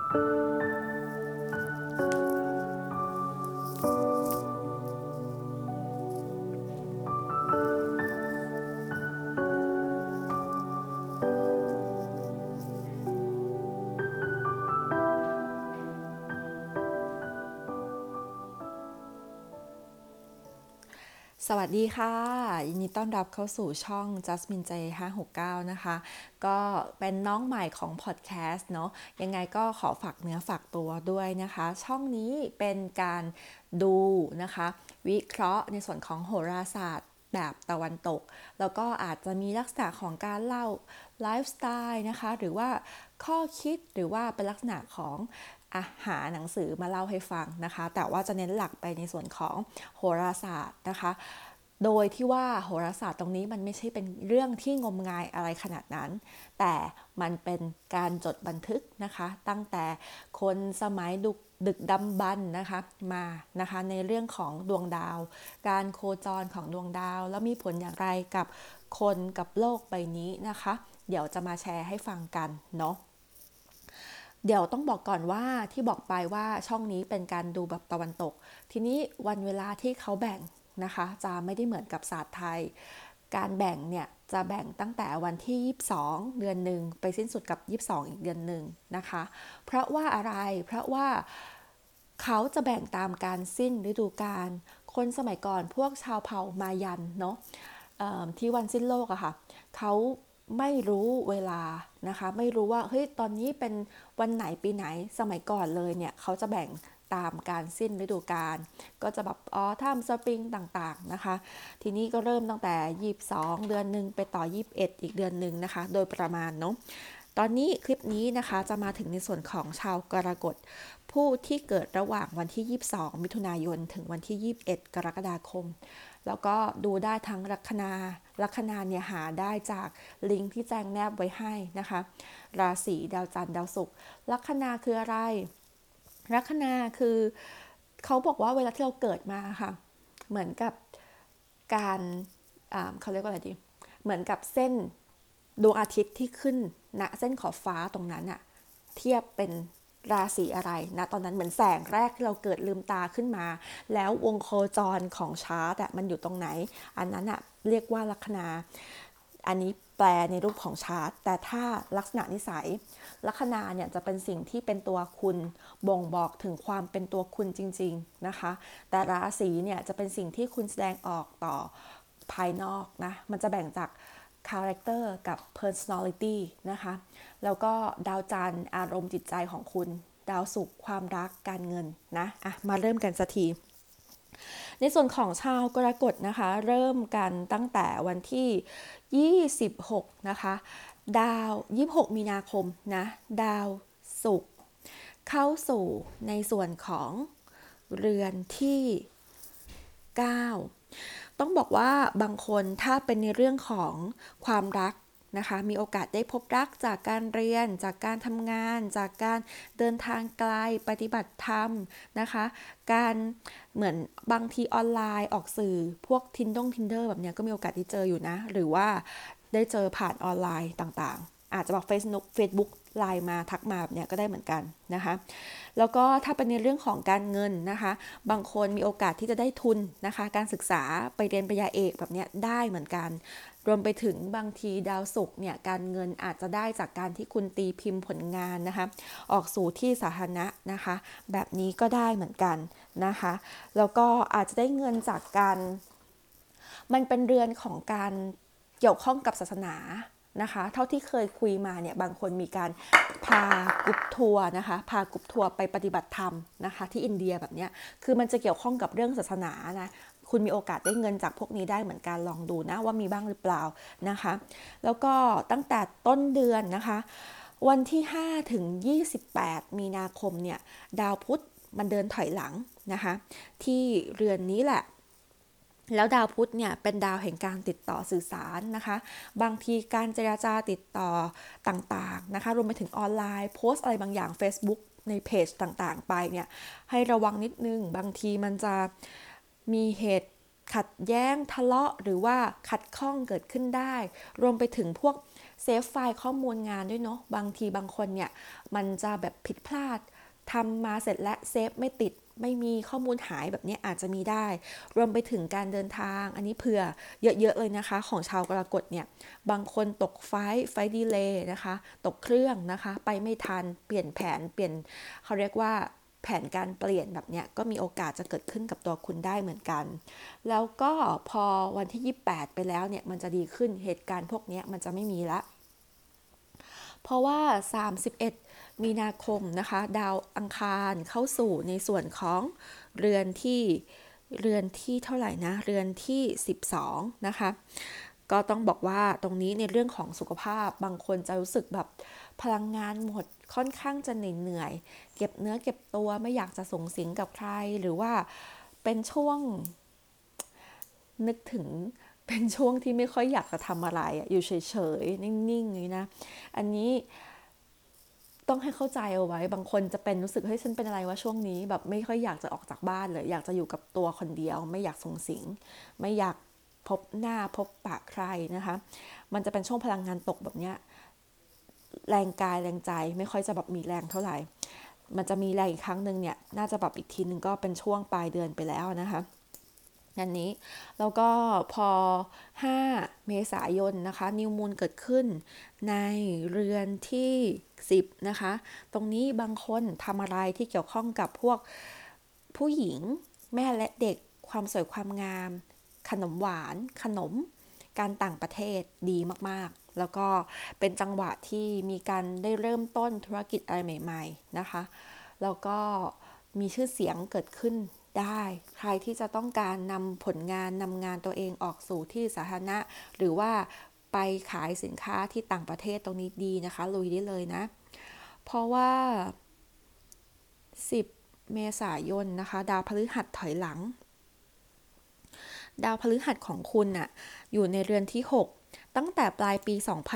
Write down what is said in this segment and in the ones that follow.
สวัสดีค่ะยินดีต้อนรับเข้าสู่ช่อง Jasmine J 569นะคะก็เป็นน้องใหม่ของพอดแคสต์เนาะยังไงก็ขอฝากเนื้อฝากตัวด้วยนะคะช่องนี้เป็นการดูนะคะวิเคราะห์ในส่วนของโหราศาสตร์แบบตะวันตกแล้วก็อาจจะมีลักษณะของการเล่าไลฟ์สไตล์นะคะหรือว่าข้อคิดหรือว่าเป็นลักษณะของหาหนังสือมาเล่าให้ฟังนะคะแต่ว่าจะเน้นหลักไปในส่วนของโหราศาสตร์นะคะโดยที่ว่าโหราศาสตร์ตรงนี้มันไม่ใช่เป็นเรื่องที่งมงายอะไรขนาดนั้นแต่มันเป็นการจดบันทึกนะคะตั้งแต่คนสมัยดึกดำบรรพ์นะคะมานะคะในเรื่องของดวงดาวการโคจรของดวงดาวแล้วมีผลอย่างไรกับคนกับโลกใบนี้นะคะเดี๋ยวจะมาแชร์ให้ฟังกันเนาะ เดี๋ยวต้องบอกก่อนว่าที่บอกไปว่าช่องนี้เป็นการดูแบบตะวันตกทีนี้วันเวลาที่เขาแบ่งนะคะจะไม่ได้เหมือนกับศาสตร์ไทยการแบ่งเนี่ยจะแบ่งตั้งแต่วันที่22เดือนหนึ่งไปสิ้นสุดกับ22อีกเดือนหนึ่งนะคะเพราะว่าอะไรเพราะว่าเขาจะแบ่งตามการสิ้นฤดูกาลคนสมัยก่อนพวกชาวเผ่ามายันเนาะที่วันสิ้นโลกอะค่ะเขาไม่รู้เวลานะคะไม่รู้ว่าเฮ้ยตอนนี้เป็นวันไหนปีไหนสมัยก่อนเลยเนี่ยเขาจะแบ่งตามการสิ้นฤดูกาลก็จะแบบทำสปริงต่างๆนะคะทีนี้ก็เริ่มตั้งแต่22เดือนหนึ่งไปต่อ21อีกเดือนหนึ่งนะคะโดยประมาณเนาะตอนนี้คลิปนี้นะคะจะมาถึงในส่วนของชาวกรกฎผู้ที่เกิดระหว่างวันที่22มิถุนายนถึงวันที่21กรกฎาคมแล้วก็ดูได้ทั้งลัคนาเนี่ยหาได้จากลิงก์ที่แจ้งแนบไว้ให้นะคะราศีดาวจันทร์ดาวศุกร์ลัคนาคืออะไรลัคนาคือเขาบอกว่าเวลาที่เราเกิดมาค่ะเหมือนกับการเขาเรียกว่าอะไรดีเหมือนกับเส้นดวงอาทิตย์ที่ขึ้นณเส้นขอบฟ้าตรงนั้นอะเทียบเป็นราศีอะไรนะตอนนั้นเหมือนแสงแรกที่เราเกิดลืมตาขึ้นมาแล้ววงโคจรของชาร์ตอะมันอยู่ตรงไหนอันนั้นอะเรียกว่าลัคนาอันนี้แปลในรูปของชาร์ตแต่ถ้าลักษณะนิสัยลัคนาเนี่ยจะเป็นสิ่งที่เป็นตัวคุณบ่งบอกถึงความเป็นตัวคุณจริงๆนะคะแต่ราศีเนี่ยจะเป็นสิ่งที่คุณแสดงออกต่อภายนอกนะมันจะแบ่งจากcharacter กับ personality นะคะแล้วก็ดาวจันทร์อารมณ์จิตใจของคุณดาวศุกร์ความรักการเงินนะมาเริ่มกันสักทีในส่วนของชาวกรกฎนะคะเริ่มกันตั้งแต่วันที่26นะคะดาว26มีนาคมนะดาวศุกร์เข้าสู่ในส่วนของเรือนที่9ต้องบอกว่าบางคนถ้าเป็นในเรื่องของความรักนะคะมีโอกาสได้พบรักจากการเรียนจากการทำงานจากการเดินทางไกลปฏิบัติธรรมนะคะการเหมือนบางทีออนไลน์ออกสื่อพวกTinder แบบนี้ก็มีโอกาสที่เจออยู่นะหรือว่าได้เจอผ่านออนไลน์ต่างๆอาจจะบอก Facebook ไลน์มาทักมาแบบนี้ก็ได้เหมือนกันนะคะแล้วก็ถ้าเป็นในเรื่องของการเงินนะคะบางคนมีโอกาสที่จะได้ทุนนะคะการศึกษาไปเรียนปริญญาเอกแบบนี้ได้เหมือนกันรวมไปถึงบางทีดาวศุกร์เนี่ยการเงินอาจจะได้จากการที่คุณตีพิมพ์ผลงานนะคะออกสู่ที่สาธารณะนะคะแบบนี้ก็ได้เหมือนกันนะคะแล้วก็อาจจะได้เงินจากการมันเป็นเรือนของการเกี่ยวข้องกับศาสนานะคะเท่าที่เคยคุยมาเนี่ยบางคนมีการพากรุ๊ปทัวร์นะคะพากรุ๊ปทัวร์ไปปฏิบัติธรรมนะคะที่อินเดียแบบนี้คือมันจะเกี่ยวข้องกับเรื่องศาสนานะคุณมีโอกาสได้เงินจากพวกนี้ได้เหมือนกันลองดูนะว่ามีบ้างหรือเปล่านะคะแล้วก็ตั้งแต่ต้นเดือนนะคะวันที่5ถึง28มีนาคมเนี่ยดาวพุธมันเดินถอยหลังนะคะที่เรือนนี้แหละแล้วดาวพุธเนี่ยเป็นดาวแห่งการติดต่อสื่อสารนะคะบางทีการเจรจาติดต่อต่างๆนะคะรวมไปถึงออนไลน์โพสต์อะไรบางอย่าง Facebook ในเพจต่างๆไปเนี่ยให้ระวังนิดนึงบางทีมันจะมีเหตุขัดแย้งทะเลาะหรือว่าขัดข้องเกิดขึ้นได้รวมไปถึงพวกเซฟไฟล์ข้อมูลงานด้วยเนาะบางทีบางคนเนี่ยมันจะแบบผิดพลาดทำมาเสร็จและเซฟไม่ติดไม่มีข้อมูลหายแบบนี้อาจจะมีได้รวมไปถึงการเดินทางอันนี้เผื่อเยอะๆเลยนะคะของชาวกรกฎเนี่ยบางคนตกไฟล์ดีเลย์นะคะตกเครื่องนะคะไปไม่ทันเปลี่ยนแผนเปลี่ยนเขาเรียกว่าแผนการเปลี่ยนแบบเนี้ยก็มีโอกาสจะเกิดขึ้นกับตัวคุณได้เหมือนกันแล้วก็พอวันที่28ไปแล้วเนี่ยมันจะดีขึ้นเหตุการณ์พวกนี้มันจะไม่มีละเพราะว่า31มีนาคมนะคะดาวอังคารเข้าสู่ในส่วนของเรือนที่เท่าไหร่นะเรือนที่12นะคะก็ต้องบอกว่าตรงนี้ในเรื่องของสุขภาพบางคนจะรู้สึกแบบพลังงานหมดค่อนข้างจะเหนื่อยเก็บเนื้อเก็บตัวไม่อยากจะส่งสิงกับใครหรือว่าเป็นช่วงนึกถึงเป็นช่วงที่ไม่ค่อยอยากจะทำอะไรอยู่เฉยๆนิ่งๆเลยนะอันนี้ต้องให้เข้าใจเอาไว้บางคนจะเป็นรู้สึกเฮ้ยฉันเป็นอะไรวะช่วงนี้แบบไม่ค่อยอยากจะออกจากบ้านเลยอยากจะอยู่กับตัวคนเดียวไม่อยากส่งสิงไม่อยากพบหน้าพบปะใครนะคะมันจะเป็นช่วงพลังงานตกแบบเนี้ยแรงกายแรงใจไม่ค่อยจะแบบมีแรงเท่าไหร่มันจะมีแรงอีกครั้งหนึ่งเนี่ยน่าจะแบบอีกทีนึงก็เป็นช่วงปลายเดือนไปแล้วนะคะอันนี้แล้วก็พอ5เมษายนนะคะนิวมูนเกิดขึ้นในเรือนที่10นะคะตรงนี้บางคนทำอะไรที่เกี่ยวข้องกับพวกผู้หญิงแม่และเด็กความสวยความงามขนมหวานขนมการต่างประเทศดีมากๆแล้วก็เป็นจังหวะที่มีการได้เริ่มต้นธุรกิจอะไรใหม่ๆนะคะแล้วก็มีชื่อเสียงเกิดขึ้นได้ใครที่จะต้องการนำผลงานนำงานตัวเองออกสู่ที่สาธารณะหรือว่าไปขายสินค้าที่ต่างประเทศตรงนี้ดีนะคะลุยได้เลยนะเพราะว่า10เมษายนนะคะดาวพฤหัสถอยหลังดาวพฤหัสของคุณน่ะอยู่ในเรือนที่6ตั้งแต่ปลายปี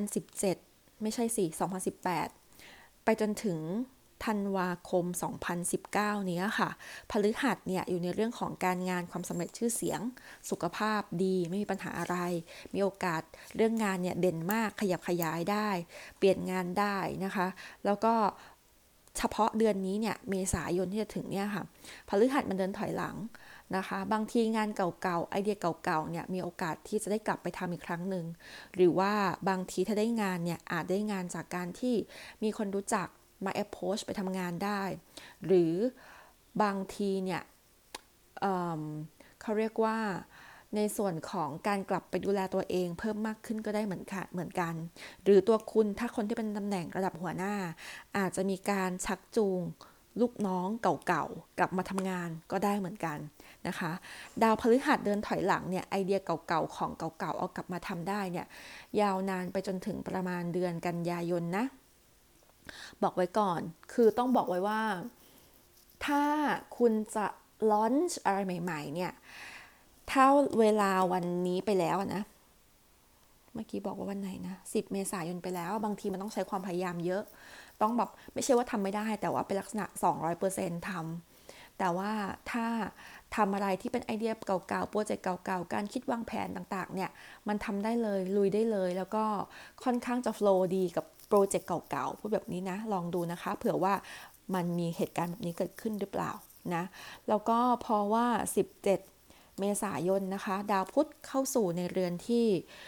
2017ไม่ใช่สิ2018ไปจนถึงธันวาคม2019นี้ค่ะพฤหัสเนี่ยอยู่ในเรื่องของการงานความสำเร็จชื่อเสียงสุขภาพดีไม่มีปัญหาอะไรมีโอกาสเรื่องงานเนี่ยเด่นมากขยับขยายได้เปลี่ยนงานได้นะคะแล้วก็เฉพาะเดือนนี้เนี่ยเมษายนที่จะถึงเนี่ยค่ะพฤหัสมันเดินถอยหลังนะคะบางทีงานเก่าๆไอเดียเก่าๆเนี่ยมีโอกาสที่จะได้กลับไปทำอีกครั้งหนึ่งหรือว่าบางทีถ้าได้งานเนี่ยอาจได้งานจากการที่มีคนรู้จักมา approach ไปทำงานได้หรือบางทีเนี่ยเเขาเรียกว่าในส่วนของการกลับไปดูแลตัวเองเพิ่มมากขึ้นก็ได้เหมือนกันหรือตัวคุณถ้าคนที่เป็นตำแหน่งระดับหัวหน้าอาจจะมีการชักจูงลูกน้องเก่าๆกลับมาทำงานก็ได้เหมือนกันนะคะดาวพฤหัสเดินถอยหลังเนี่ยไอเดียเก่าๆของเก่าๆเอากลับมาทำได้เนี่ยยาวนานไปจนถึงประมาณเดือนกันยายนนะบอกไว้ก่อนคือต้องบอกไว้ว่าถ้าคุณจะลอนช์อะไรใหม่ๆเนี่ยถ้าเวลาวันนี้ไปแล้วนะเมื่อกี้บอกว่าวันไหนนะ10เมษายนไปแล้วบางทีมันต้องใช้ความพยายามเยอะต้องแบบไม่ใช่ว่าทำไม่ได้แต่ว่าเป็นลักษณะ 200% ทำแต่ว่าถ้าทำอะไรที่เป็นไอเดียเก่าๆโปรเจกต์เก่าๆการคิดวางแผนต่างๆเนี่ยมันทำได้เลยลุยได้เลยแล้วก็ค่อนข้างจะโฟลว์ดีกับโปรเจกต์เก่าๆพูดแบบนี้นะลองดูนะคะเผื่อว่ามันมีเหตุการณ์แบบนี้เกิดขึ้นหรือเปล่านะแล้วก็เพราะว่า17เมษายนนะคะดาวพุธเข้าสู่ในเรือนที่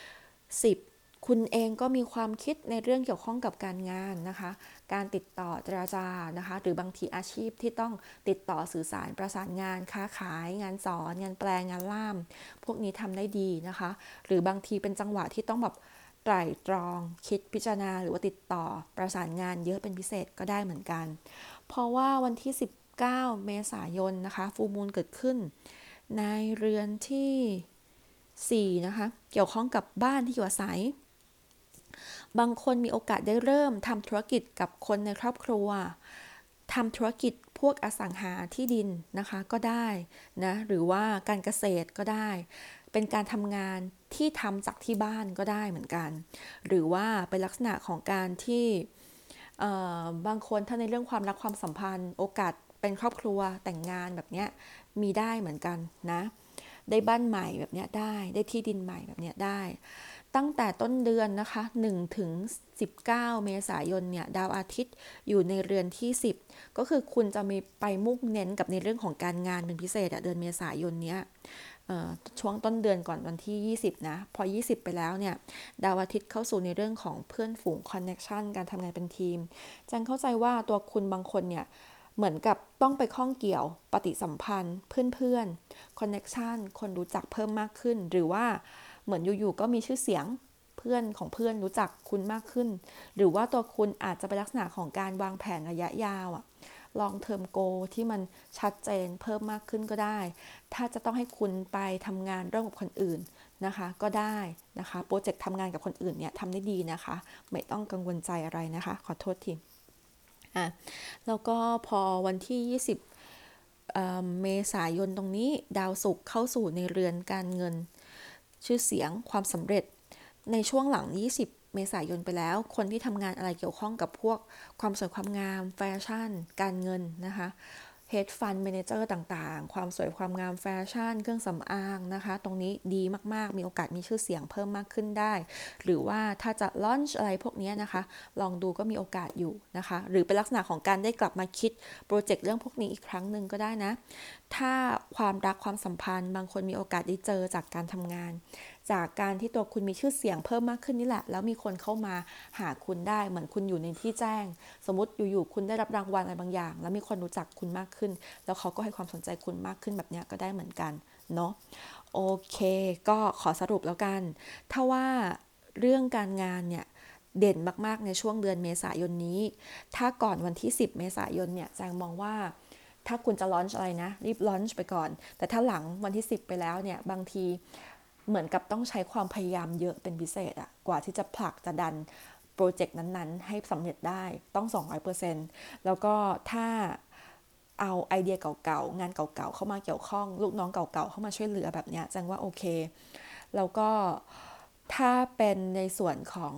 10คุณเองก็มีความคิดในเรื่องเกี่ยวข้องกับการงานนะคะการติดต่อเจรจานะคะหรือบางทีอาชีพที่ต้องติดต่อสื่อสารประสานงานค้าขายงานสอนงานแปลงานล่ามพวกนี้ทำได้ดีนะคะหรือบางทีเป็นจังหวะที่ต้องแบบไตร่ตรองคิดพิจารณาหรือว่าติดต่อประสานงานเยอะเป็นพิเศษก็ได้เหมือนกันเพราะว่าวันที่19เมษายนนะคะฟูลมูนเกิดขึ้นในเรือนที่4นะคะเกี่ยวข้องกับบ้านที่อยู่อาศัยบางคนมีโอกาสได้เริ่มทำธุรกิจกับคนในครอบครัวทำธุรกิจพวกอสังหาที่ดินนะคะก็ได้นะหรือว่าการเกษตรก็ได้เป็นการทำงานที่ทำจากที่บ้านก็ได้เหมือนกันหรือว่าเป็นลักษณะของการที่บางคนถ้าในเรื่องความรักความสัมพันธ์โอกาสเป็นครอบครัวแต่งงานแบบนี้มีได้เหมือนกันนะได้บ้านใหม่แบบนี้ได้ที่ดินใหม่แบบนี้ได้ตั้งแต่ต้นเดือนนะคะ1ถึง19เมษายนเนี่ยดาวอาทิตย์อยู่ในเรือนที่10ก็คือคุณจะมีไปมุ่งเน้นกับในเรื่องของการงานเป็นพิเศษเดือนเมษายนเนี้ยช่วงต้นเดือนก่อนวันที่20นะพอ20ไปแล้วเนี่ยดาวอาทิตย์เข้าสู่ในเรื่องของเพื่อนฝูงคอนเน c t ชันการทำงานเป็นทีมจันเข้าใจว่าตัวคุณบางคนเนี่ยเหมือนกับต้องไปข้องเกี่ยวปฏิสัมพันธ์เพื่อนๆคอนเน c t ชันคนรู้จักเพิ่มมากขึ้นหรือว่าเหมือนอยู่ๆก็มีชื่อเสียงเพื่อนของเพื่อนรู้จักคุณมากขึ้นหรือว่าตัวคุณอาจจะเป็นลักษณะของการวางแผนระยะยาวlong term goal ที่มันชัดเจนเพิ่มมากขึ้นก็ได้ถ้าจะต้องให้คุณไปทำงานร่วมกับคนอื่นนะคะก็ได้นะคะโปรเจกต์ทำงานกับคนอื่นเนี่ยทำได้ดีนะคะไม่ต้องกังวลใจอะไรนะคะขอโทษทีแล้วก็พอวันที่20เมษายนตรงนี้ดาวศุกร์เข้าสู่ในเรือนการเงินชื่อเสียงความสำเร็จในช่วงหลัง20เมษายนไปแล้วคนที่ทำงานอะไรเกี่ยวข้องกับพวกความสวยความงามแฟชั่นการเงินนะคะHead Fund Manager ต่างๆความสวยความงามแฟชั่นเครื่องสำอางนะคะตรงนี้ดีมากๆมีโอกาสมีชื่อเสียงเพิ่มมากขึ้นได้หรือว่าถ้าจะลอนช์อะไรพวกนี้นะคะลองดูก็มีโอกาสอยู่นะคะหรือเป็นลักษณะของการได้กลับมาคิดโปรเจกต์เรื่องพวกนี้อีกครั้งหนึ่งก็ได้นะถ้าความรักความสัมพันธ์บางคนมีโอกาสได้เจอจากการทำงานจากการที่ตัวคุณมีชื่อเสียงเพิ่มมากขึ้นนี่แหละแล้วมีคนเข้ามาหาคุณได้เหมือนคุณอยู่ในที่แจ้งสมมติอยู่ๆคุณได้รับรางวัลอะไรบางอย่างแล้วมีคนรู้จักคุณมากขึ้นแล้วเขาก็ให้ความสนใจคุณมากขึ้นแบบนี้ก็ได้เหมือนกันเนาะโอเคก็ขอสรุปแล้วกันถ้าว่าเรื่องการงานเนี่ยเด่นมากๆในช่วงเดือนเมษายนนี้ถ้าก่อนวันที่10เมษายนเนี่ยแจงมองว่าถ้าคุณจะลอนช์อะไรนะรีบลอนช์ไปก่อนแต่ถ้าหลังวันที่10ไปแล้วเนี่ยบางทีเหมือนกับต้องใช้ความพยายามเยอะเป็นพิเศษกว่าที่จะผลักจะดันโปรเจกต์นั้นๆให้สำเร็จได้ต้อง 200% แล้วก็ถ้าเอาไอเดียเก่าๆงานเก่าๆเข้ามาเกี่ยวข้องลูกน้องเก่าๆเข้ามาช่วยเหลือแบบนี้แจ้งว่าโอเคแล้วก็ถ้าเป็นในส่วนของ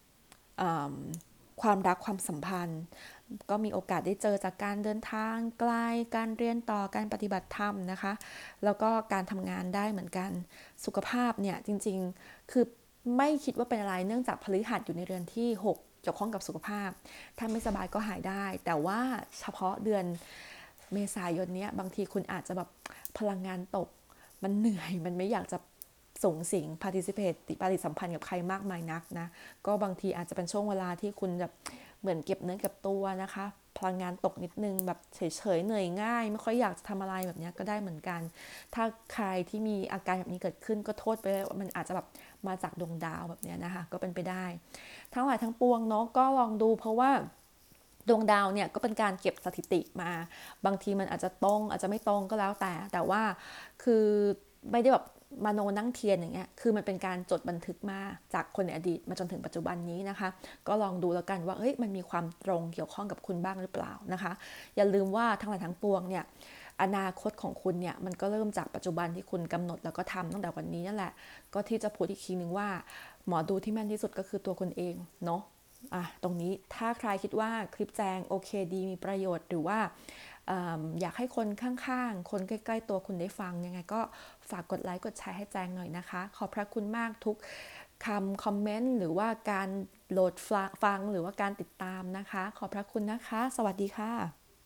ความรักความสัมพันธ์ก็มีโอกาสได้เจอจากการเดินทางไกลการเรียนต่อการปฏิบัติธรรมนะคะแล้วก็การทำงานได้เหมือนกันสุขภาพเนี่ยจริงๆคือไม่คิดว่าเป็นอะไรเนื่องจากพฤหัสอยู่ในเรือนที่6เกี่ยวข้องกับสุขภาพถ้าไม่สบายก็หายได้แต่ว่าเฉพาะเดือนเมษายนนี้บางทีคุณอาจจะแบบพลังงานตกมันเหนื่อยมันไม่อยากจะส่งสิง participate ปฏิสัมพันธ์กับใครมากมายนักนะก็บางทีอาจจะเป็นช่วงเวลาที่คุณแบบเหมือนเก็บเนื้อเก็บตัวนะคะพลังงานตกนิดนึงแบบเฉยๆเหนื่อยง่ายไม่ค่อยอยากจะทำอะไรแบบนี้ก็ได้เหมือนกันถ้าใครที่มีอาการแบบนี้เกิดขึ้นก็โทษไปว่ามันอาจจะแบบมาจากดวงดาวแบบนี้นะคะก็เป็นไปได้ทั้งหลายทั้งปวงเนาะก็ลองดูเพราะว่าดวงดาวเนี่ยก็เป็นการเก็บสถิติมาบางทีมันอาจจะตรงอาจจะไม่ตรงก็แล้วแต่ว่าคือไม่ได้แบบมาโนนั่งเทียนอย่างเงี้ยคือมันเป็นการจดบันทึกมาจากคนในอดีตมาจนถึงปัจจุบันนี้นะคะก็ลองดูแล้วกันว่าเฮ้ยมันมีความตรงเกี่ยวข้องกับคุณบ้างหรือเปล่านะคะอย่าลืมว่าทั้งหลายทั้งปวงเนี่ยอนาคตของคุณเนี่ยมันก็เริ่มจากปัจจุบันที่คุณกำหนดแล้วก็ทำตั้งแต่วันนี้นั่นแหละก็ที่จะพูดอีกทีนึงว่าหมอดูที่แม่นที่สุดก็คือตัวคุณเองเนาะตรงนี้ถ้าใครคิดว่าคลิปแจงโอเคดีมีประโยชน์หรือว่าอยากให้คนข้างๆคนใกล้ๆตัวคุณได้ฟังยังไงก็ฝากกดไลค์กดแชร์ให้แจงหน่อยนะคะขอบพระคุณมากทุกคอมเมนต์หรือว่าการโหลดฟังหรือว่าการติดตามนะคะขอบพระคุณนะคะสวัสดีค่ะ